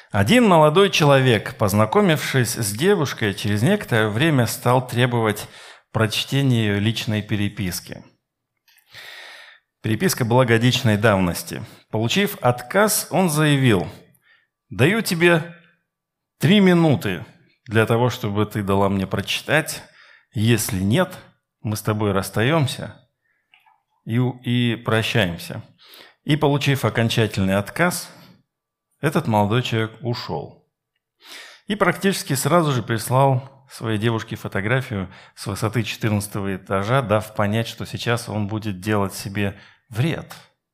Один молодой человек, познакомившись с девушкой, через некоторое время стал требовать прочтения ее личной переписки. Переписка была годичной давности. Получив отказ, он заявил: «Даю тебе 3 минуты для того, чтобы ты дала мне прочитать. Если нет, мы с тобой расстаемся и прощаемся». И, получив окончательный отказ, этот молодой человек ушел. И практически сразу же прислал своей девушке фотографию с высоты 14 этажа, дав понять, что сейчас он будет делать себе вред.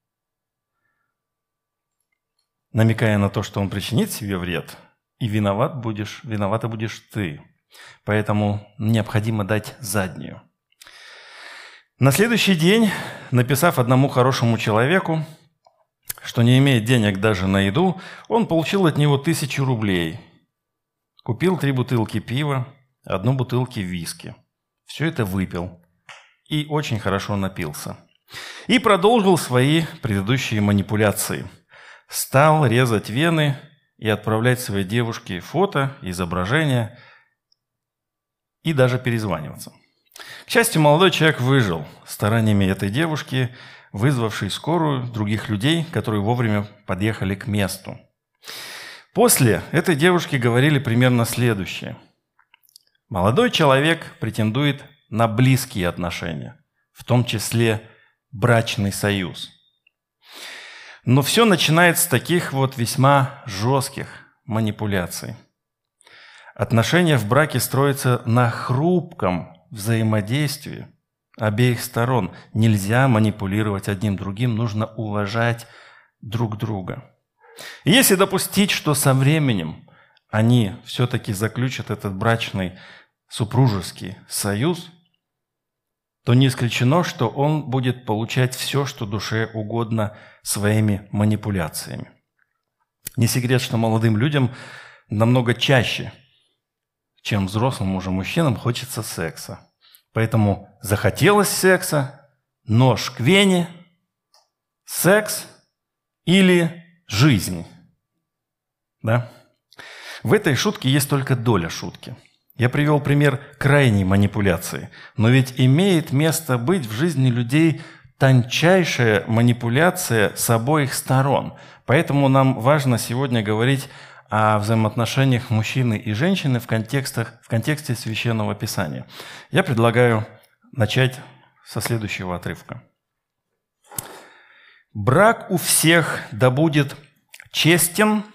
Намекая на то, что он причинит себе вред, и виновата будешь ты. Поэтому необходимо дать заднюю. На следующий день, написав одному хорошему человеку, что не имеет денег даже на еду, он получил от него 1000 рублей. Купил 3 бутылки пива, 1 бутылку виски. Все это выпил и очень хорошо напился. И продолжил свои предыдущие манипуляции. Стал резать вены и отправлять своей девушке фото, изображения и даже перезваниваться. К счастью, молодой человек выжил стараниями этой девушки, вызвавшей скорую, других людей, которые вовремя подъехали к месту. После этой девушки говорили примерно следующее. Молодой человек претендует на близкие отношения, в том числе брачный союз. Но все начинается с таких вот весьма жестких манипуляций. Отношения в браке строятся на хрупком взаимодействии обеих сторон. Нельзя манипулировать одним другим, нужно уважать друг друга. И если допустить, что со временем они все-таки заключат этот брачный супружеский союз, то не исключено, что он будет получать все, что душе угодно, своими манипуляциями. Не секрет, что молодым людям намного чаще, чем взрослым уже мужчинам, хочется секса. Поэтому захотелось секса, нож к вене, секс или жизнь. Да? В этой шутке есть только доля шутки. Я привел пример крайней манипуляции. Но ведь имеет место быть в жизни людей тончайшая манипуляция с обоих сторон. Поэтому нам важно сегодня говорить о взаимоотношениях мужчины и женщины в контексте Священного Писания. Я предлагаю начать со следующего отрывка. «Брак у всех да будет честен,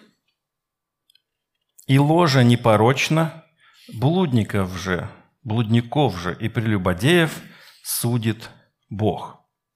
и ложа непорочна, блудников же и прелюбодеев судит Бог».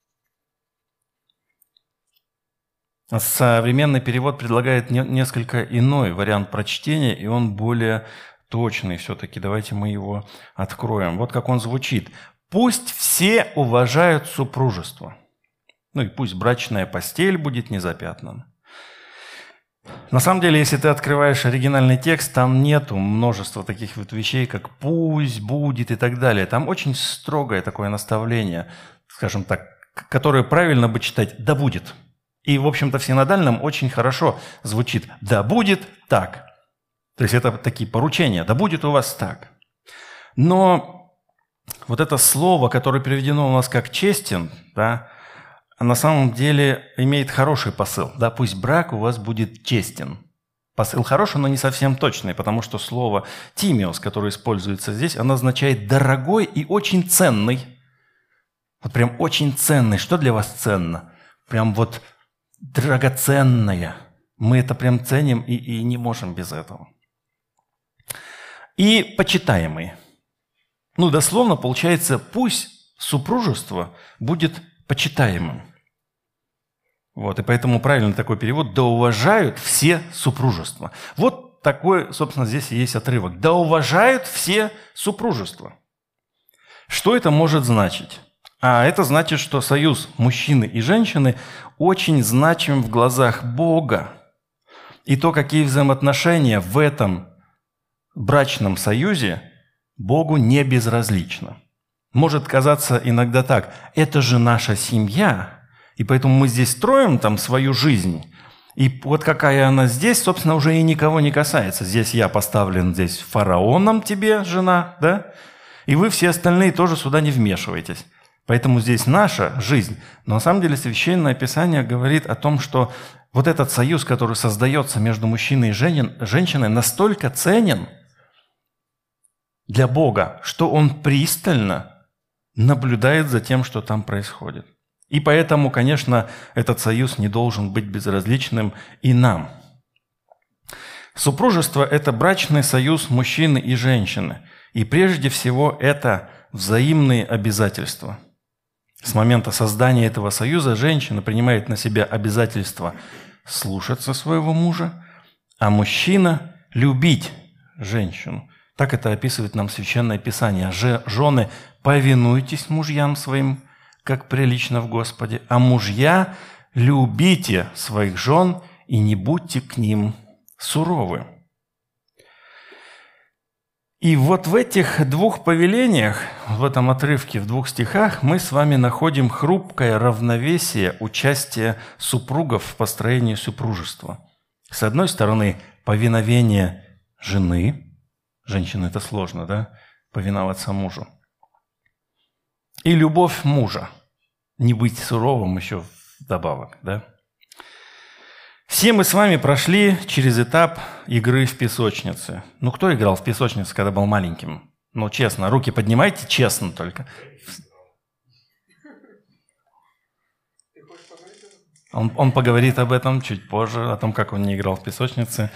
Современный перевод предлагает несколько иной вариант прочтения, и он более точный все-таки. Давайте мы его откроем. Вот как он звучит. «Пусть все уважают супружество». Ну и пусть брачная постель будет не запятнана. На самом деле, если ты открываешь оригинальный текст, там нету множества таких вот вещей, как «пусть», «будет» и так далее. Там очень строгое такое наставление, скажем так, которое правильно бы читать «да будет». И, в общем-то, в синодальном очень хорошо звучит «да будет так». То есть это такие поручения «да будет у вас так». Но вот это слово, которое переведено у нас как «честен», да, на самом деле имеет хороший посыл. Да, пусть брак у вас будет честен. Посыл хороший, но не совсем точный, потому что слово «тимиос», которое используется здесь, оно означает «дорогой» и «очень ценный». Вот прям очень ценный. Что для вас ценно? Прям вот драгоценное. Мы это прям ценим и не можем без этого. И почитаемый. Ну, дословно получается, пусть супружество будет почитаемым. Вот, и поэтому правильный такой перевод «да уважают все супружества». Вот такой, собственно, здесь и есть отрывок. «Да уважают все супружества». Что это может значить? А это значит, что союз мужчины и женщины очень значим в глазах Бога. И то, какие взаимоотношения в этом брачном союзе, Богу не безразлично. Может казаться иногда так: это же наша семья, и поэтому мы здесь строим там свою жизнь, И вот какая она здесь, собственно, уже и никого не касается. Здесь я поставлен здесь фараоном тебе, жена, да? И вы все остальные тоже сюда не вмешиваетесь. Поэтому здесь наша жизнь. Но на самом деле Священное Писание говорит о том, что вот этот союз, который создается между мужчиной и женщиной, настолько ценен для Бога, что Он пристально наблюдает за тем, что там происходит. И поэтому, конечно, этот союз не должен быть безразличным и нам. Супружество – это брачный союз мужчины и женщины. И прежде всего это взаимные обязательства. С момента создания этого союза женщина принимает на себя обязательство слушаться своего мужа, а мужчина – любить женщину. Так это описывает нам Священное Писание. Жены, повинуйтесь мужьям своим, как прилично в Господе, а мужья, любите своих жен и не будьте к ним суровы. И вот в этих двух повелениях, в этом отрывке, в двух стихах, мы с вами находим хрупкое равновесие участия супругов в построении супружества. С одной стороны, повиновение жены. Женщине это сложно, да? Повиноваться мужу. И любовь мужа. Не быть суровым еще вдобавок, да? Все мы с вами прошли через этап игры в песочнице. Ну, кто играл в песочницу, когда был маленьким? Ну, честно, руки поднимайте, честно только. Он поговорит об этом чуть позже, о том, как он не играл в песочнице.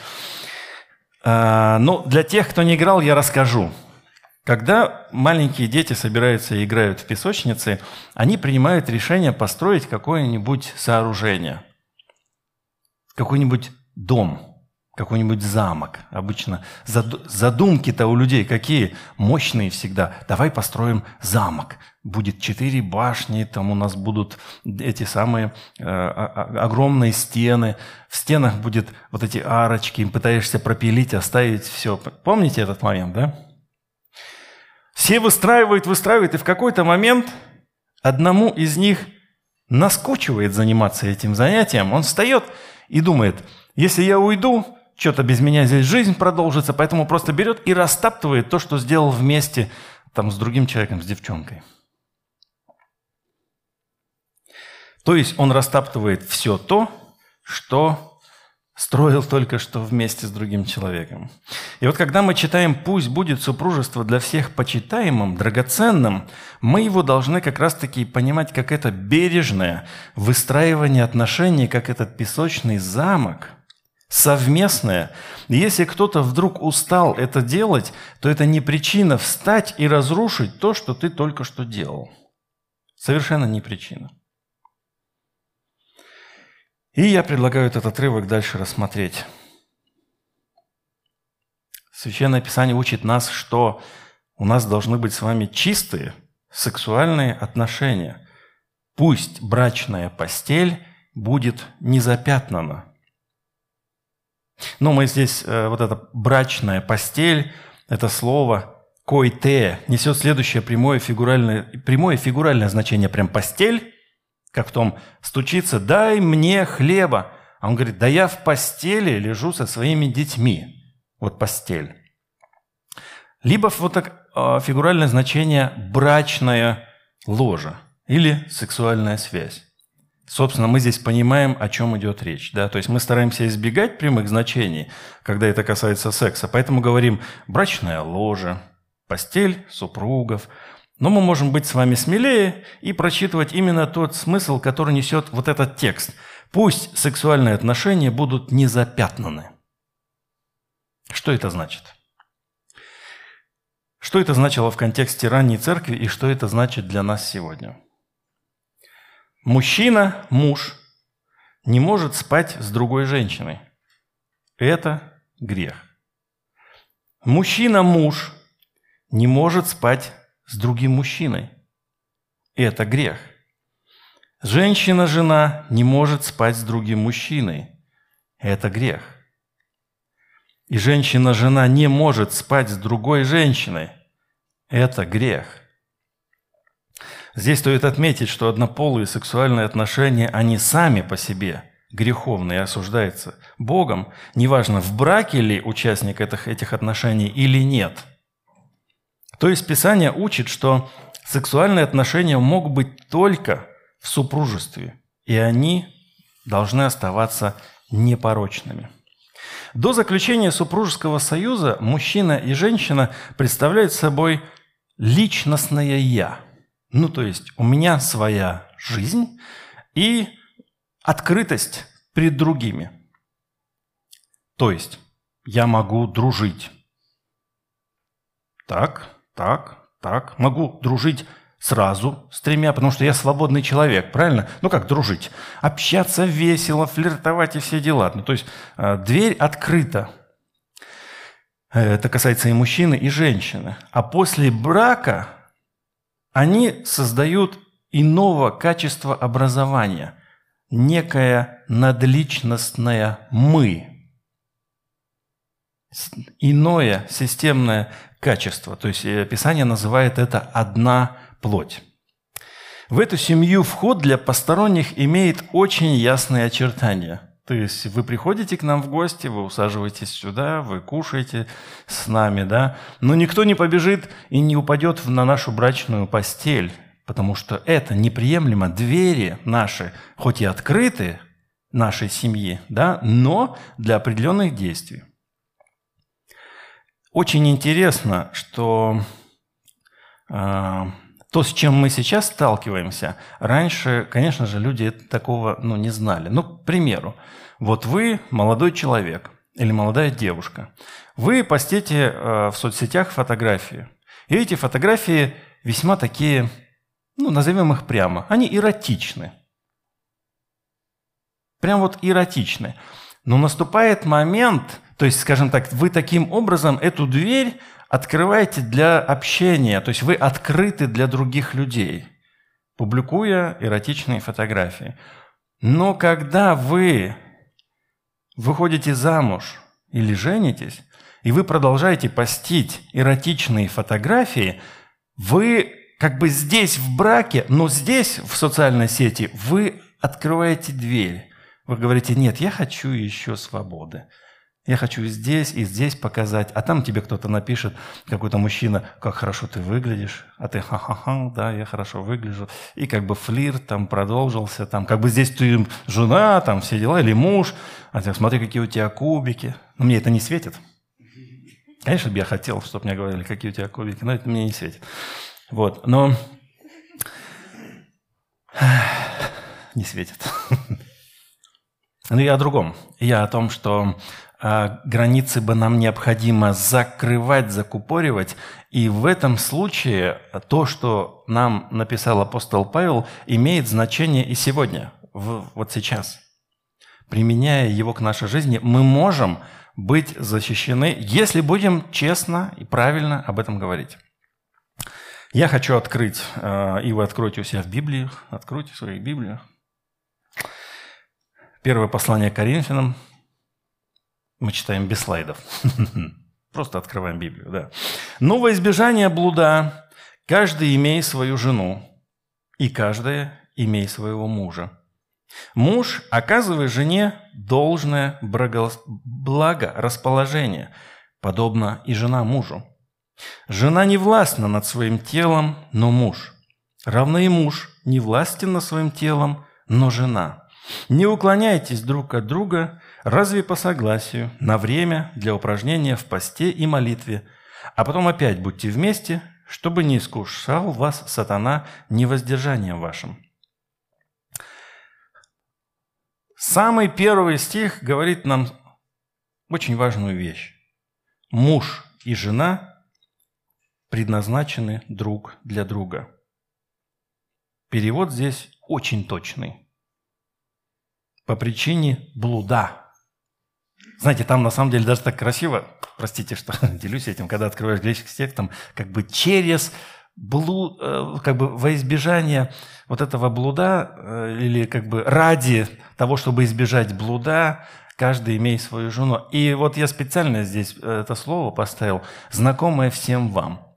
Ну, для тех, кто не играл, я расскажу. Когда маленькие дети собираются и играют в песочнице, они принимают решение построить какое-нибудь сооружение, какой-нибудь дом, какой-нибудь замок. Обычно задумки-то у людей какие мощные всегда. Давай построим замок. Будет 4 башни, там у нас будут эти самые огромные стены. В стенах будет вот эти арочки, им пытаешься пропилить, оставить все. Помните этот момент, да? Все выстраивают, и в какой-то момент одному из них наскучивает заниматься этим занятием. Он встает и думает, если я уйду, что-то без меня здесь жизнь продолжится, поэтому просто берет и растаптывает то, что сделал вместе там, с другим человеком, с девчонкой. То есть он растаптывает все то, что строил только что вместе с другим человеком. И вот когда мы читаем «Пусть будет супружество для всех почитаемым, драгоценным», мы его должны как раз-таки понимать как это бережное выстраивание отношений, как этот песочный замок, совместное. И если кто-то вдруг устал это делать, то это не причина встать и разрушить то, что ты только что делал. Совершенно не причина. И я предлагаю этот отрывок дальше рассмотреть. Священное Писание учит нас, что у нас должны быть с вами чистые сексуальные отношения. Пусть брачная постель будет не-запятнана. Но мы здесь, вот эта брачная постель, это слово «койте» несет следующее прямое фигуральное значение, прям постель, как в том «стучится, дай мне хлеба». А он говорит, да я в постели лежу со своими детьми. Вот постель. Либо вот так фигуральное значение «брачное ложе» или «сексуальная связь». Собственно, мы здесь понимаем, о чем идет речь. Да? То есть мы стараемся избегать прямых значений, когда это касается секса. Поэтому говорим «брачное ложе», «постель супругов». Но мы можем быть с вами смелее и прочитывать именно тот смысл, который несет вот этот текст. Пусть сексуальные отношения будут не запятнаны. Что это значит? Что это значило в контексте ранней церкви и что это значит для нас сегодня? Мужчина, муж, не может спать с другой женщиной. Это грех. Мужчина, муж, не может спать с другим мужчиной. Это грех. Женщина, жена не может спать с другим мужчиной. Это грех. И женщина, жена не может спать с другой женщиной. Это грех. Здесь стоит отметить, что однополые сексуальные отношения, они сами по себе греховный и осуждается Богом, неважно, в браке ли участник этих отношений или нет. То есть Писание учит, что сексуальные отношения могут быть только в супружестве, и они должны оставаться непорочными. До заключения супружеского союза мужчина и женщина представляют собой личностное «я». То есть у меня своя жизнь и открытость перед другими. То есть я могу дружить. Так. Могу дружить сразу с 3, потому что я свободный человек, правильно? Как дружить? Общаться весело, флиртовать и все дела. То есть дверь открыта. Это касается и мужчины, и женщины. А после брака они создают иного качества образования, некое надличностное «мы», иное системное качество. То есть Писание называет это «одна плоть». В эту семью вход для посторонних имеет очень ясные очертания. То есть вы приходите к нам в гости, вы усаживаетесь сюда, вы кушаете с нами, да? Но никто не побежит и не упадет на нашу брачную постель, потому что это неприемлемо. Двери наши, хоть и открыты, нашей семьи, да, но для определенных действий. Очень интересно, что то, с чем мы сейчас сталкиваемся, раньше, конечно же, люди такого не знали. К примеру, вот вы молодой человек или молодая девушка, вы постите в соцсетях фотографии. И эти фотографии весьма такие, назовем их прямо, они эротичны. Прям вот эротичны. Но наступает момент, то есть, скажем так, вы таким образом эту дверь открываете для общения, то есть вы открыты для других людей, публикуя эротичные фотографии. Но когда вы выходите замуж или женитесь, и вы продолжаете постить эротичные фотографии, вы как бы здесь в браке, но здесь в социальной сети вы открываете дверь. Вы говорите: нет, я хочу еще свободы. Я хочу и здесь показать. А там тебе кто-то напишет, какой-то мужчина: как хорошо ты выглядишь. А ты: ха-ха-ха, да, я хорошо выгляжу. И как бы флирт там продолжился. Там как бы здесь ты жена, там все дела, или муж. А ты: смотри, какие у тебя кубики. Но мне это не светит. Конечно, бы я хотел, чтобы мне говорили, какие у тебя кубики, но это мне не светит. Вот, но не светит. Но я о другом. Я о том, что границы бы нам необходимо закрывать, закупоривать. И в этом случае то, что нам написал апостол Павел, имеет значение и сегодня, вот сейчас. Применяя его к нашей жизни, мы можем быть защищены, если будем честно и правильно об этом говорить. Я хочу открыть, и вы откроете у себя в Библии, откройте в своих Библиях. Первое послание к Коринфянам. Мы читаем без слайдов. Просто открываем Библию, да. «Но во избежание блуда каждый имей свою жену, и каждая имей своего мужа. Муж оказывает жене должное благорасположение, подобно и жена мужу. Жена не властна над своим телом, но муж. Равно и муж не властен над своим телом, но жена. Не уклоняйтесь друг от друга, разве по согласию, на время для упражнения в посте и молитве, а потом опять будьте вместе, чтобы не искушал вас сатана невоздержанием вашим». Самый первый стих говорит нам очень важную вещь. Муж и жена предназначены друг для друга. Перевод здесь очень точный. По причине блуда. Знаете, там на самом деле даже так красиво, простите, что делюсь этим, когда открываешь греческий текст, там как бы через блуд, как бы во избежание вот этого блуда, или как бы ради того, чтобы избежать блуда, каждый имеет свою жену. И вот я специально здесь это слово поставил, знакомое всем вам.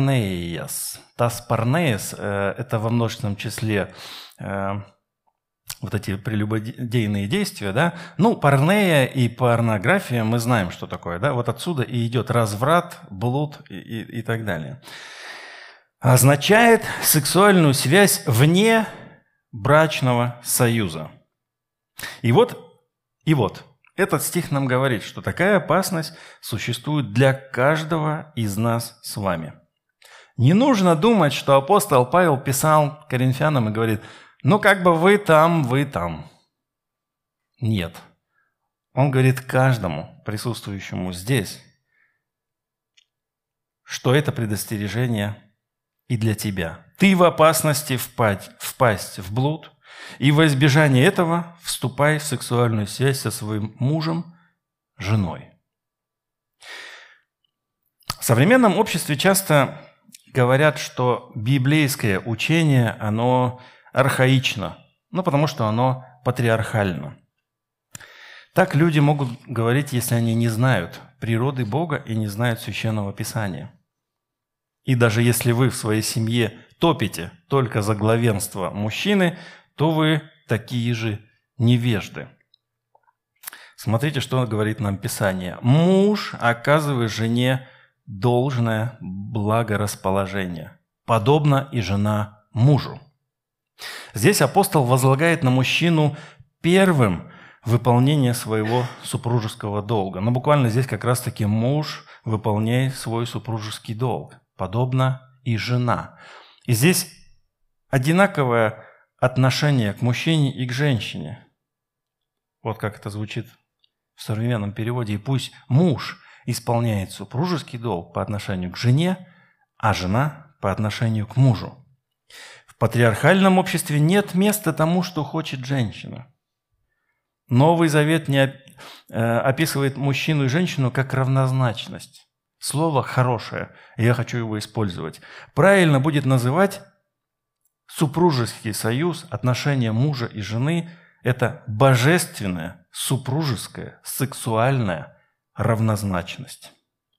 Парнеяс. Тас парнеяс – это во множественном числе вот эти прелюбодейные действия, да, ну, порнея и порнография, мы знаем, что такое, да, вот отсюда и идет разврат, блуд и так далее. Означает сексуальную связь вне брачного союза. И вот, этот стих нам говорит, что такая опасность существует для каждого из нас с вами. Не нужно думать, что апостол Павел писал коринфянам и говорит, ну как бы вы там. Нет. Он говорит каждому присутствующему здесь, что это предостережение и для тебя. Ты в опасности впасть в блуд, и во избежание этого вступай в сексуальную связь со своим мужем, женой. В современном обществе часто говорят, что библейское учение, оно архаично, потому что оно патриархально. Так люди могут говорить, если они не знают природы Бога и не знают Священного Писания. И даже если вы в своей семье топите только за главенство мужчины, то вы такие же невежды. Смотрите, что говорит нам Писание. «Муж оказывает жене должное благорасположение, подобно и жена мужу». Здесь апостол возлагает на мужчину первым выполнение своего супружеского долга. Но буквально здесь как раз-таки муж выполняет свой супружеский долг, подобно и жена. И здесь одинаковое отношение к мужчине и к женщине. Вот как это звучит в современном переводе. «И пусть муж исполняет супружеский долг по отношению к жене, а жена по отношению к мужу». В патриархальном обществе нет места тому, что хочет женщина. Новый Завет не описывает мужчину и женщину как равнозначность. Слово хорошее, я хочу его использовать. Правильно будет называть супружеский союз, отношения мужа и жены – это божественная, супружеская, сексуальная равнозначность.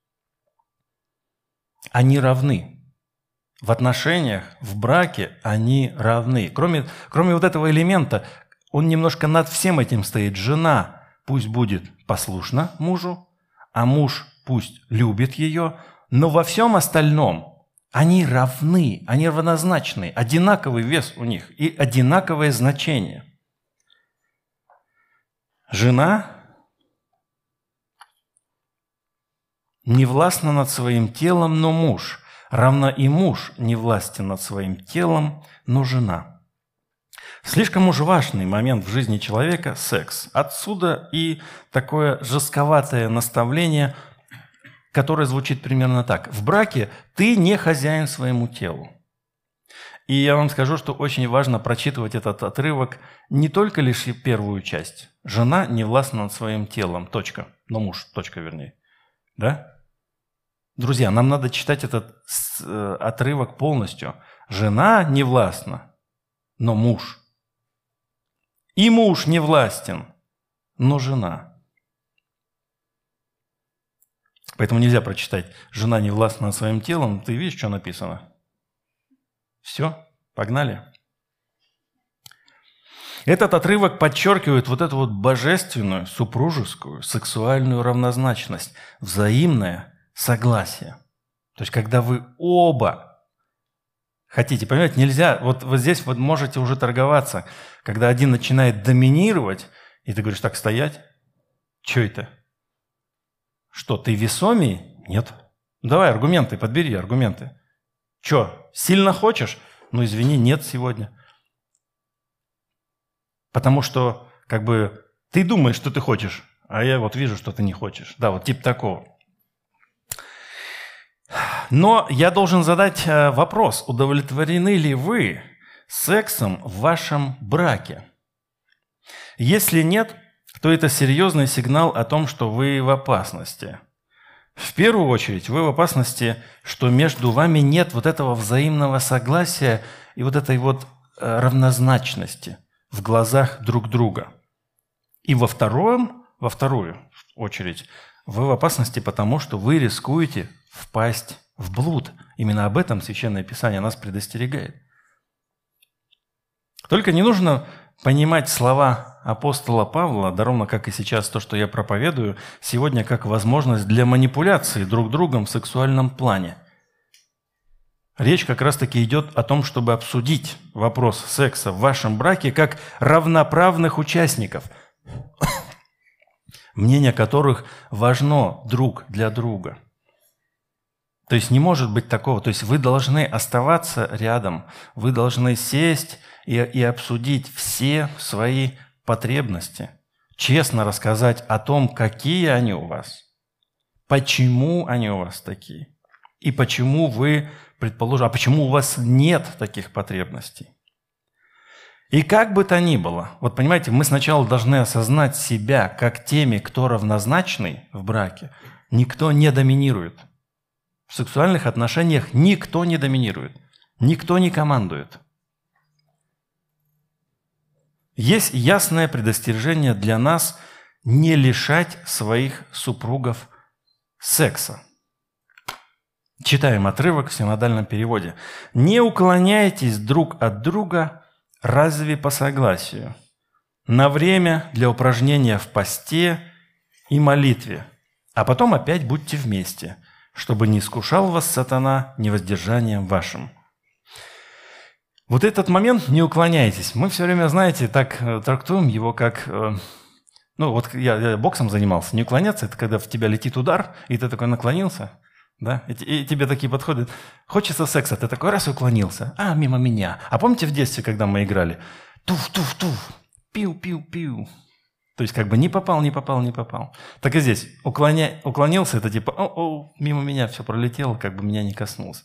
Они равны. В отношениях, в браке они равны. Кроме вот этого элемента, он немножко над всем этим стоит. Жена пусть будет послушна мужу, а муж пусть любит ее, но во всем остальном они равны, они равнозначны, одинаковый вес у них и одинаковое значение. Жена не властна над своим телом, но муж. Равно и муж не властен над своим телом, но жена. Слишком уж важный момент в жизни человека – секс. Отсюда и такое жестковатое наставление, которое звучит примерно так. В браке ты не хозяин своему телу. И я вам скажу, что очень важно прочитывать этот отрывок не только лишь первую часть. Жена не властна над своим телом, точка. Но муж, точка вернее. Да? Друзья, нам надо читать этот отрывок полностью. Жена не властна, но муж. И муж не властен, но жена. Поэтому нельзя прочитать «жена не властна над своим телом». Ты видишь, что написано? Все, погнали. Этот отрывок подчеркивает вот эту вот божественную, супружескую, сексуальную равнозначность, взаимное согласие. То есть, когда вы оба хотите, понимаете, нельзя, вот здесь вы можете уже торговаться, когда один начинает доминировать, и ты говоришь, так, стоять, что это? Что, ты весомый? Нет. Давай аргументы, подбери аргументы. Что, сильно хочешь? Ну, извини, нет сегодня. Потому что, ты думаешь, что ты хочешь, а я вот вижу, что ты не хочешь. Да, вот типа такого. Но я должен задать вопрос, удовлетворены ли вы сексом в вашем браке? Если нет, то это серьезный сигнал о том, что вы в опасности. В первую очередь, вы в опасности, что между вами нет вот этого взаимного согласия и вот этой вот равнозначности в глазах друг друга. И во вторую очередь, вы в опасности потому, что вы рискуете впасть в блуд. Именно об этом Священное Писание нас предостерегает. Только не нужно понимать слова апостола Павла, да ровно как и сейчас то, что я проповедую, сегодня как возможность для манипуляции друг другом в сексуальном плане. Речь как раз-таки идет о том, чтобы обсудить вопрос секса в вашем браке как равноправных участников, мнение которых важно друг для друга. То есть не может быть такого. То есть вы должны оставаться рядом, вы должны сесть и обсудить все свои потребности, честно рассказать о том, какие они у вас, почему они у вас такие, и почему вы, предположим, а почему у вас нет таких потребностей. И как бы то ни было, вот понимаете, мы сначала должны осознать себя как теми, кто равнозначный в браке, никто не доминирует. В сексуальных отношениях никто не доминирует, никто не командует. Есть ясное предостережение для нас не лишать своих супругов секса. Читаем отрывок в синодальном переводе. «Не уклоняйтесь друг от друга, разве по согласию, на время для упражнения в посте и молитве, а потом опять будьте вместе, чтобы не искушал вас сатана невоздержанием вашим». Вот этот момент «не уклоняйтесь». Мы все время, знаете, так трактуем его как... Ну, вот я боксом занимался. Не уклоняться – это когда в тебя летит удар, и ты такой наклонился, да? И тебе такие подходят. Хочется секса, ты такой раз уклонился. А, мимо меня. А помните в детстве, когда мы играли? Туф-туф-туф, пиу-пиу-пиу. То есть как бы не попал. Так и здесь. Уклонился – это типа о-о, мимо меня все пролетело, как бы меня не коснулся.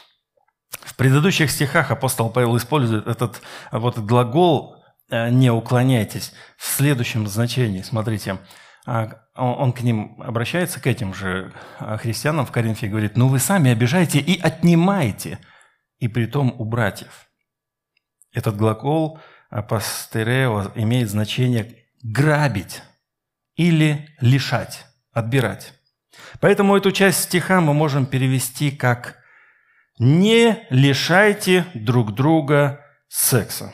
В предыдущих стихах апостол Павел использует этот вот глагол «не уклоняйтесь» в следующем значении. Смотрите, он к ним обращается, к этим же христианам в Коринфе, и говорит: «Ну вы сами обижаете и отнимаете, и притом у братьев». Этот глагол «апостерео» имеет значение «грабить» или «лишать», «отбирать». Поэтому эту часть стиха мы можем перевести как «не лишайте друг друга секса».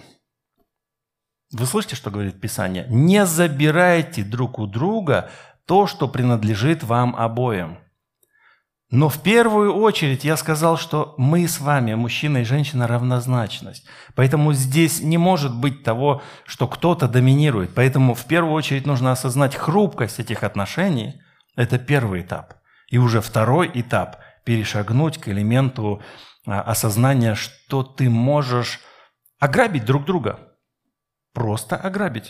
Вы слышите, что говорит Писание? «Не забирайте друг у друга то, что принадлежит вам обоим». Но в первую очередь я сказал, что мы с вами, мужчина и женщина, равнозначность. Поэтому здесь не может быть того, что кто-то доминирует. Поэтому в первую очередь нужно осознать хрупкость этих отношений. Это первый этап. И уже второй этап – перешагнуть к элементу осознания, что ты можешь ограбить друг друга. Просто ограбить.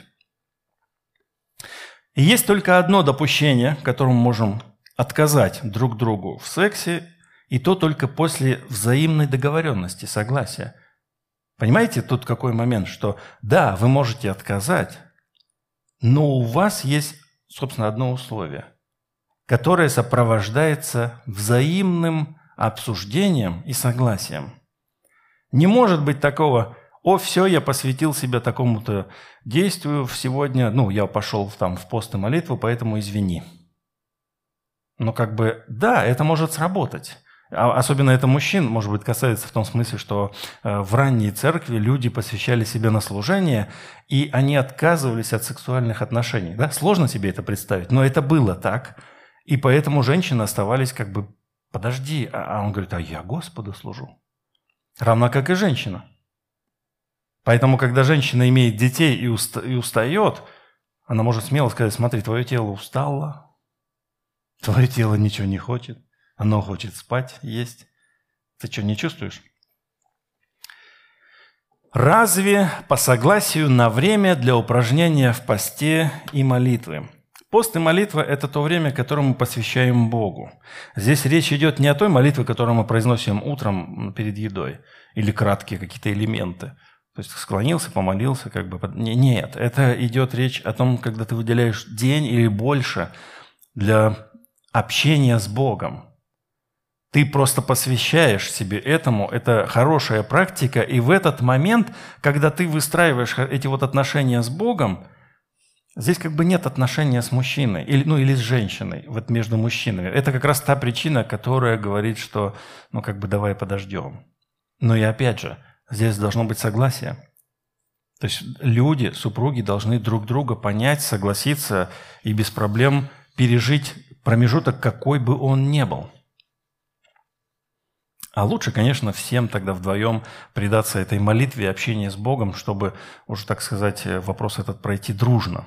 И есть только одно допущение, которому можем отказать друг другу в сексе, и то только после взаимной договоренности, согласия. Понимаете, тут какой момент, что да, вы можете отказать, но у вас есть, собственно, одно условие, которое сопровождается взаимным обсуждением и согласием. Не может быть такого: «О, все, я посвятил себя такому-то действию сегодня, я пошел в пост и молитву, поэтому извини». Но да, это может сработать. Особенно это мужчин, может быть, касается в том смысле, что в ранней церкви люди посвящали себя на служение, и они отказывались от сексуальных отношений. Да? Сложно себе это представить, но это было так. И поэтому женщины оставались подожди, а он говорит: а я Господу служу. Равно как и женщина. Поэтому, когда женщина имеет детей и устает, она может смело сказать: смотри, твое тело устало, твое тело ничего не хочет, оно хочет спать, есть. Ты что, не чувствуешь? Разве по согласию на время для упражнения в посте и молитвы? Пост и молитва – это то время, которое мы посвящаем Богу. Здесь речь идет не о той молитве, которую мы произносим утром перед едой, или краткие какие-то элементы. То есть склонился, помолился, Нет, это идет речь о том, когда ты выделяешь день или больше для общения с Богом. Ты просто посвящаешь себе этому, это хорошая практика, и в этот момент, когда ты выстраиваешь эти отношения с Богом, здесь нет отношения с мужчиной или с женщиной, между мужчинами. Это как раз та причина, которая говорит, что давай подождем. Но и опять же, здесь должно быть согласие. То есть люди, супруги должны друг друга понять, согласиться и без проблем пережить промежуток, какой бы он ни был. А лучше, конечно, всем тогда вдвоем предаться этой молитве и общению с Богом, чтобы, уже так сказать, вопрос этот пройти дружно.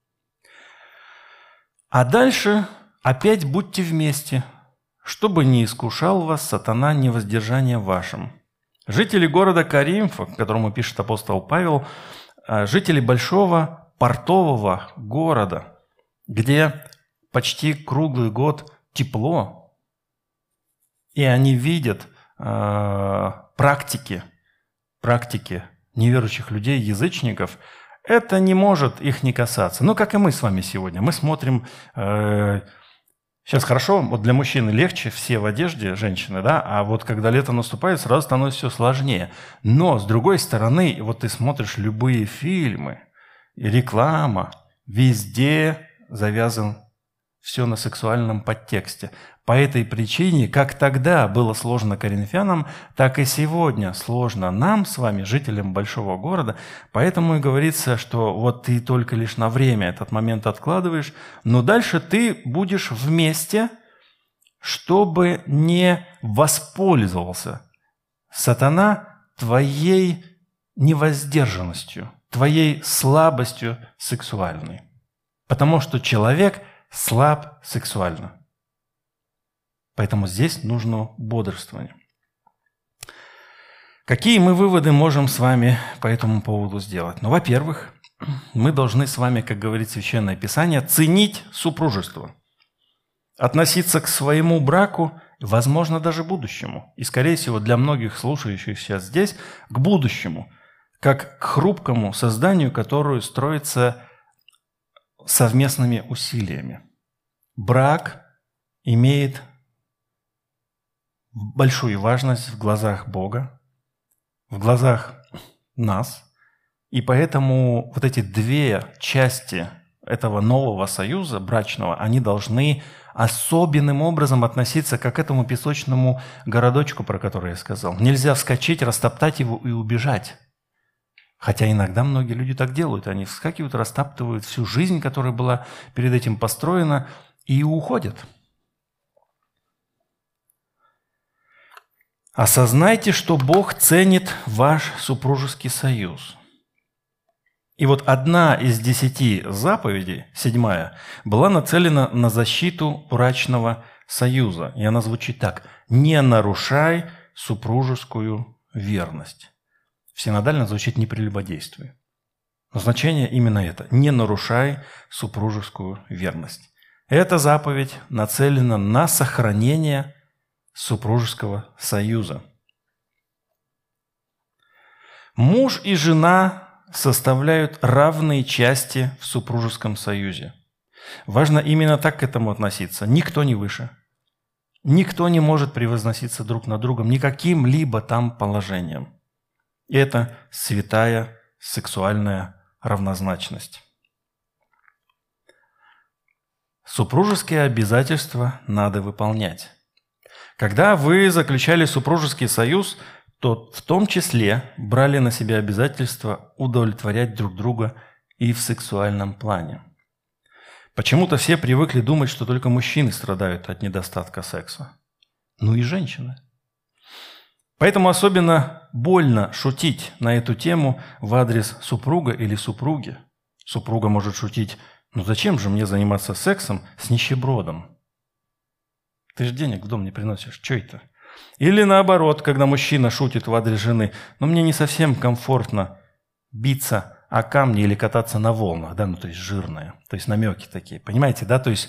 А дальше опять будьте вместе, чтобы не искушал вас сатана невоздержанием вашим. Жители города Коринфа, к которому пишет апостол Павел, жители большого портового города, где почти круглый год тепло, и они видят практики неверующих людей, язычников, это не может их не касаться. Ну, как и мы с вами сегодня. Мы смотрим... Сейчас хорошо, вот для мужчины легче, все в одежде, женщины, да, а вот когда лето наступает, сразу становится все сложнее. Но, с другой стороны, вот ты смотришь любые фильмы, реклама, везде завязан все на сексуальном подтексте. По этой причине, как тогда было сложно коринфянам, так и сегодня сложно нам с вами, жителям большого города. Поэтому и говорится, что вот ты только лишь на время этот момент откладываешь, но дальше ты будешь вместе, чтобы не воспользовался сатана твоей невоздержанностью, твоей слабостью сексуальной. Потому что человек слаб сексуально. Поэтому здесь нужно бодрствование. Какие мы выводы можем с вами по этому поводу сделать? Ну, во-первых, мы должны с вами, как говорит Священное Писание, ценить супружество, относиться к своему браку, возможно, даже будущему. И, скорее всего, для многих слушающих сейчас здесь, к будущему, как к хрупкому созданию, которое строится совместными усилиями. Брак имеет большую важность в глазах Бога, в глазах нас. И поэтому вот эти две части этого нового союза брачного, они должны особенным образом относиться как к этому песочному городочку, про который я сказал. Нельзя вскочить, растоптать его и убежать. Хотя иногда многие люди так делают. Они вскакивают, растаптывают всю жизнь, которая была перед этим построена, и уходят. Осознайте, что Бог ценит ваш супружеский союз. И вот одна из 10 заповедей, 7, была нацелена на защиту брачного союза. И она звучит так: «Не нарушай супружескую верность». В синодально звучит «не прелюбодействуй». Но значение именно это – «не нарушай супружескую верность». Эта заповедь нацелена на сохранение супружеского союза. Муж и жена составляют равные части в супружеском союзе. Важно именно так к этому относиться. Никто не выше. Никто не может превозноситься друг над другом никаким-либо там положением. Это святая сексуальная равнозначность. Супружеские обязательства надо выполнять. Когда вы заключали супружеский союз, то в том числе брали на себя обязательство удовлетворять друг друга и в сексуальном плане. Почему-то все привыкли думать, что только мужчины страдают от недостатка секса. Ну и женщины. Поэтому особенно больно шутить на эту тему в адрес супруга или супруги. Супруга может шутить: «Ну зачем же мне заниматься сексом с нищебродом? Ты же денег в дом не приносишь, что это?» Или наоборот, когда мужчина шутит в адрес жены: «Ну мне не совсем комфортно биться о камни или кататься на волнах», да, ну то есть жирные, то есть намеки такие, понимаете, да, то есть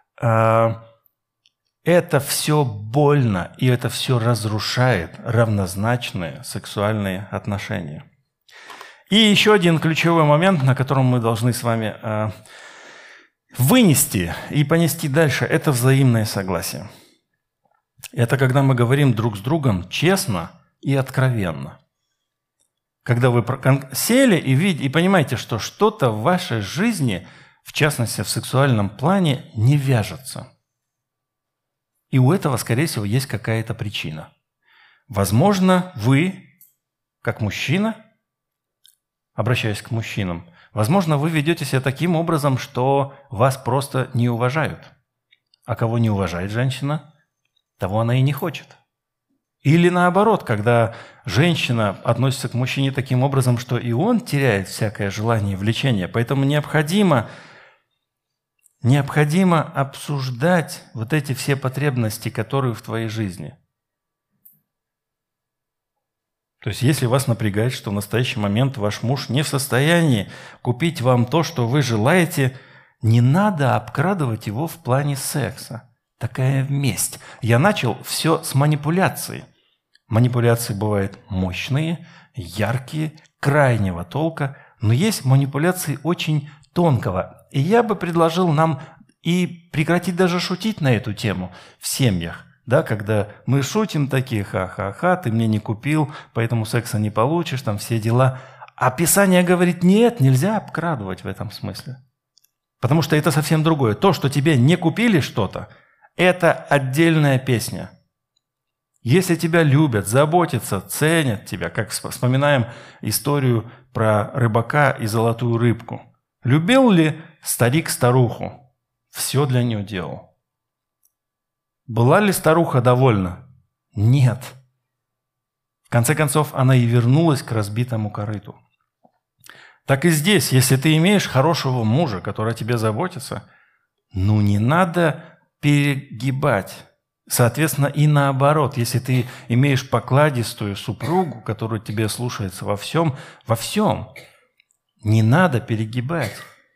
это все больно, и это все разрушает равнозначные сексуальные отношения. И еще один ключевой момент, на котором мы должны с вами вынести и понести дальше, это взаимное согласие. Это когда мы говорим друг с другом честно и откровенно. Когда вы сели и понимаете, что что-то в вашей жизни, в частности в сексуальном плане, не вяжется. И у этого, скорее всего, есть какая-то причина. Возможно, вы, как мужчина, обращаясь к мужчинам, возможно, вы ведете себя таким образом, что вас просто не уважают. А кого не уважает женщина, того она и не хочет. Или наоборот, когда женщина относится к мужчине таким образом, что и он теряет всякое желание и влечение. Поэтому необходимо обсуждать вот эти все потребности, которые в твоей жизни. То есть, если вас напрягает, что в настоящий момент ваш муж не в состоянии купить вам то, что вы желаете, не надо обкрадывать его в плане секса. Такая месть. Я начал все с манипуляции. Манипуляции бывают мощные, яркие, крайнего толка, но есть манипуляции очень тонкого. И я бы предложил нам и прекратить даже шутить на эту тему в семьях. Да, когда мы шутим такие, ха-ха-ха, ты мне не купил, поэтому секса не получишь, там все дела. А Писание говорит, нет, нельзя обкрадывать в этом смысле. Потому что это совсем другое. То, что тебе не купили что-то, это отдельная песня. Если тебя любят, заботятся, ценят тебя, как вспоминаем историю про рыбака и золотую рыбку. Любил ли старик старуху? Все для нее делал. Была ли старуха довольна? Нет. В конце концов, она и вернулась к разбитому корыту. Так и здесь, если ты имеешь хорошего мужа, который о тебе заботится, не надо перегибать. Соответственно, и наоборот, если ты имеешь покладистую супругу, которая тебе слушается во всем, не надо перегибать.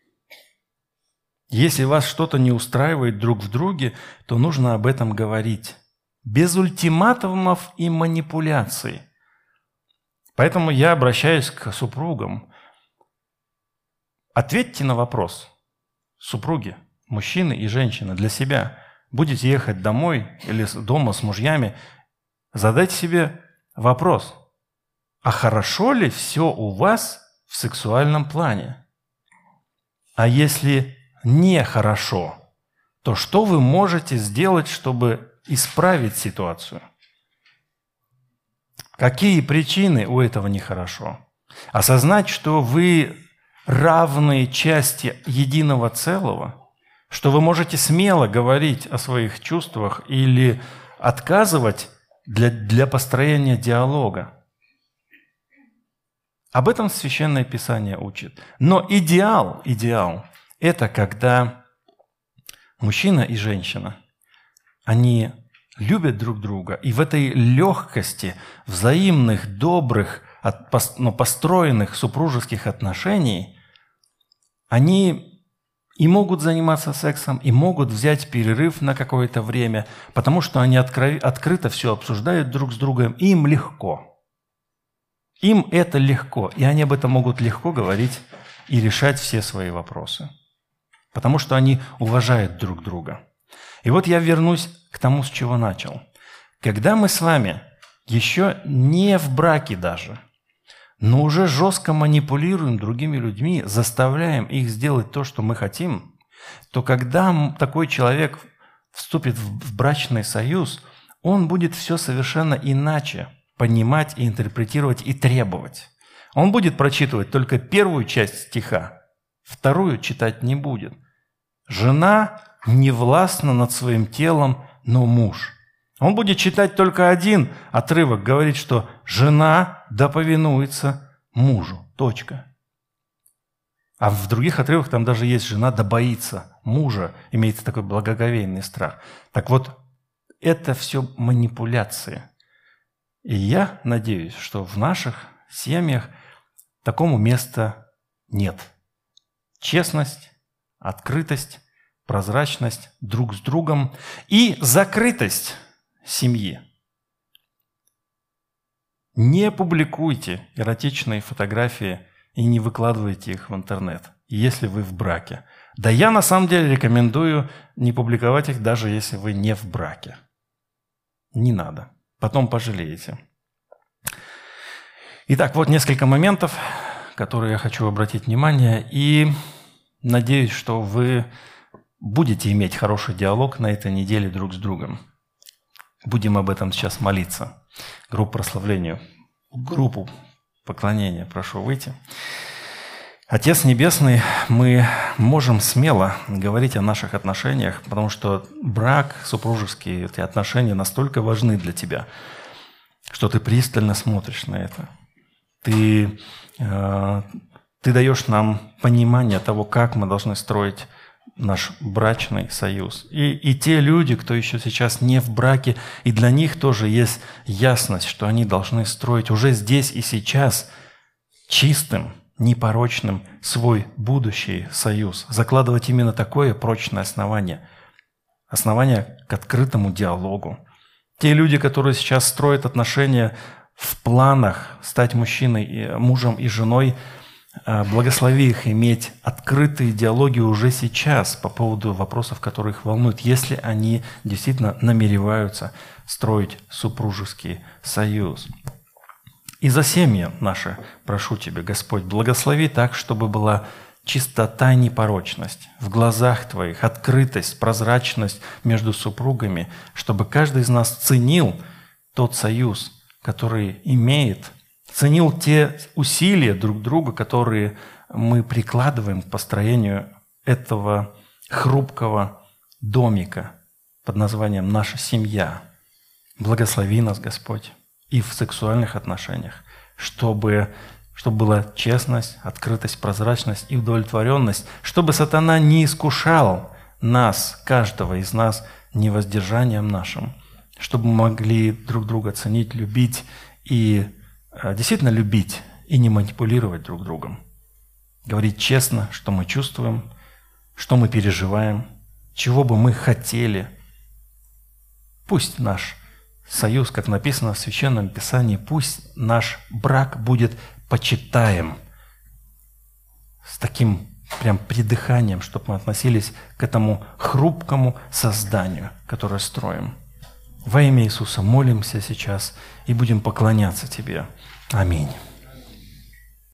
Если вас что-то не устраивает друг в друге, то нужно об этом говорить. Без ультиматумов и манипуляций. Поэтому я обращаюсь к супругам. Ответьте на вопрос, супруги, мужчины и женщины, для себя. Будете ехать домой или дома с мужьями, задайте себе вопрос, а хорошо ли все у вас в сексуальном плане? А если нехорошо, то что вы можете сделать, чтобы исправить ситуацию? Какие причины у этого нехорошо? Осознать, что вы равные части единого целого, что вы можете смело говорить о своих чувствах или отказывать для построения диалога. Об этом Священное Писание учит. Но идеал – это когда мужчина и женщина, они любят друг друга, и в этой легкости взаимных, добрых, построенных супружеских отношений они и могут заниматься сексом, и могут взять перерыв на какое-то время, потому что они открыто все обсуждают друг с другом, и им легко. Им это легко, и они об этом могут легко говорить и решать все свои вопросы, потому что они уважают друг друга. И вот я вернусь к тому, с чего начал. Когда мы с вами еще не в браке даже, но уже жестко манипулируем другими людьми, заставляем их сделать то, что мы хотим, то когда такой человек вступит в брачный союз, он будет все совершенно иначе понимать и интерпретировать и требовать. Он будет прочитывать только первую часть стиха, вторую читать не будет. Жена не властна над своим телом, но муж. Он будет читать только один отрывок, говорит, что жена да повинуется мужу. Точка. А в других отрывках там даже есть жена да боится мужа, имеется такой благоговейный страх. Так вот, это все манипуляции. И я надеюсь, что в наших семьях такому места нет. Честность, открытость, прозрачность друг с другом и закрытость семьи. Не публикуйте эротичные фотографии и не выкладывайте их в интернет, если вы в браке. Да я на самом деле рекомендую не публиковать их, даже если вы не в браке. Не надо. Потом пожалеете. Итак, вот несколько моментов, которые я хочу обратить внимание, и надеюсь, что вы будете иметь хороший диалог на этой неделе друг с другом. Будем об этом сейчас молиться. Группу прославления, группу поклонения прошу выйти. Отец Небесный, мы можем смело говорить о наших отношениях, потому что брак, супружеские эти отношения настолько важны для тебя, что ты пристально смотришь на это. Ты даешь нам понимание того, как мы должны строить наш брачный союз. И те люди, кто еще сейчас не в браке, и для них тоже есть ясность, что они должны строить уже здесь и сейчас чистым, непорочным свой будущий союз, закладывать именно такое прочное основание к открытому диалогу. Те люди, которые сейчас строят отношения в планах стать мужчиной, мужем и женой, благослови их иметь открытые диалоги уже сейчас по поводу вопросов, которые их волнуют, если они действительно намереваются строить супружеский союз. И за семьи наши прошу Тебя, Господь, благослови так, чтобы была чистота и непорочность в глазах Твоих, открытость, прозрачность между супругами, чтобы каждый из нас ценил тот союз, который имеет, ценил те усилия друг друга, которые мы прикладываем к построению этого хрупкого домика под названием «Наша семья». Благослови нас, Господь, и в сексуальных отношениях, чтобы была честность, открытость, прозрачность и удовлетворенность, чтобы сатана не искушал нас, каждого из нас, невоздержанием нашим, чтобы мы могли друг друга ценить, любить и действительно любить и не манипулировать друг другом. Говорить честно, что мы чувствуем, что мы переживаем, чего бы мы хотели. Пусть наш союз, как написано в Священном Писании, пусть наш брак будет почитаем с таким прям придыханием, чтобы мы относились к этому хрупкому созданию, которое строим. Во имя Иисуса молимся сейчас и будем поклоняться Тебе. Аминь.